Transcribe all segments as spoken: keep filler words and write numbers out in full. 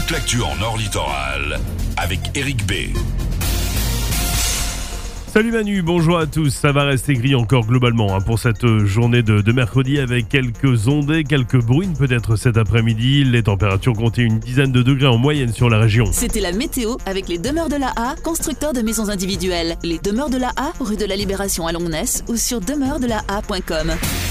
toute l'actu en Nord Littoral avec Eric B. Salut Manu, bonjour à tous. Ça va rester gris encore globalement hein, pour cette journée de, de mercredi avec quelques ondées, quelques bruines peut-être cet après-midi. Les températures comptaient une dizaine de degrés en moyenne sur la région. C'était la météo avec les Demeures de la A, constructeurs de maisons individuelles. Les Demeures de la A, rue de la Libération à Longness ou sur demeures de la a point com.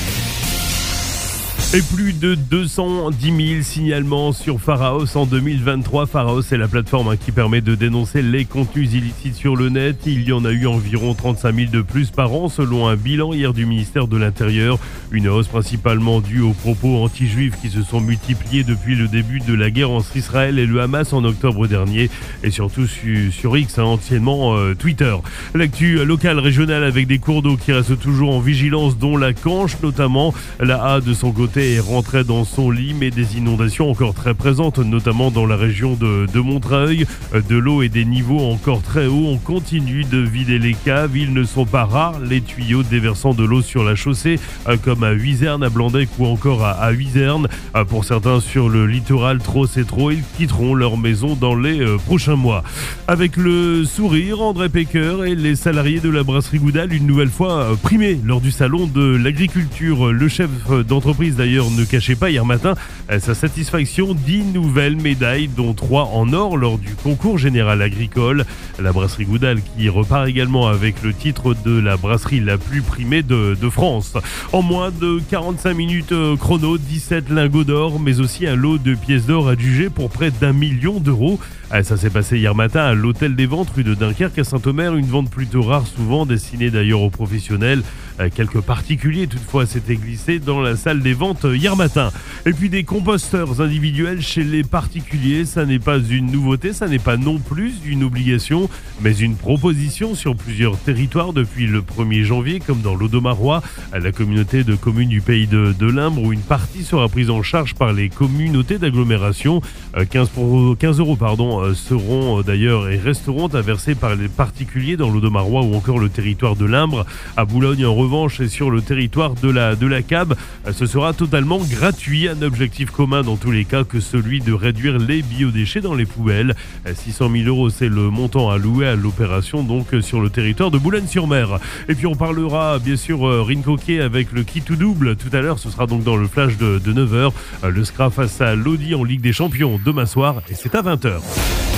Et plus de deux cent dix mille signalements sur Pharos en deux mille vingt-trois. Pharos, c'est la plateforme hein, qui permet de dénoncer les contenus illicites sur le net. Il y en a eu environ trente-cinq mille de plus par an selon un bilan hier du ministère de l'Intérieur. Une hausse principalement due aux propos anti-juifs qui se sont multipliés depuis le début de la guerre entre Israël et le Hamas en octobre dernier. Et surtout su, sur X, hein, anciennement euh, Twitter. L'actu locale, régionale avec des cours d'eau qui restent toujours en vigilance, dont la Canche notamment. La A de son côté est rentrée dans son lit, mais des inondations encore très présentes, notamment dans la région de, de Montreuil. De l'eau et des niveaux encore très hauts. On continue de vider les caves. Ils ne sont pas rares, les tuyaux déversant de l'eau sur la chaussée, comme à Huizerne, à Blandec ou encore à, à Huizerne. Pour certains sur le littoral, trop c'est trop. Ils quitteront leur maison dans les euh, prochains mois. Avec le sourire, André Pecker et les salariés de la brasserie Goudal, une nouvelle fois primés lors du salon de l'agriculture. Le chef d'entreprise d'ailleurs ne cachait pas hier matin sa satisfaction. Dix nouvelles médailles, dont trois en or lors du concours général agricole. La brasserie Goudal qui repart également avec le titre de la brasserie la plus primée de, de France. En moins de quarante-cinq minutes chrono, dix-sept lingots d'or, mais aussi un lot de pièces d'or adjugées pour près d'un million d'euros. Ça s'est passé hier matin à l'hôtel des ventes rue de Dunkerque à Saint-Omer, une vente plutôt rare, souvent destinée d'ailleurs aux professionnels. Quelques particuliers toutefois s'étaient glissés dans la salle des ventes hier matin. Et puis des composteurs individuels chez les particuliers, ça n'est pas une nouveauté, ça n'est pas non plus une obligation, mais une proposition sur plusieurs territoires depuis le premier janvier, comme dans l'Audomarois, à la communauté de communes du pays de, de l'Imbre, où une partie sera prise en charge par les communautés d'agglomération. quinze, pour, quinze euros pardon, seront d'ailleurs et resteront à verser par les particuliers dans l'Audomarois ou encore le territoire de l'Imbre. À Boulogne, en revanche, et sur le territoire de la, de la C A B, ce sera totalement gratuit. Un objectif commun dans tous les cas que celui de réduire les biodéchets dans les poubelles. six cent mille euros, c'est le montant alloué à l'opération donc sur le territoire de Boulogne-sur-Mer. Et puis on parlera bien sûr Rincoquet avec le qui tout double. Tout à l'heure, ce sera donc dans le flash de, de neuf heures. Le S C R A face à l'Audi en Ligue des Champions demain soir et c'est à vingt heures.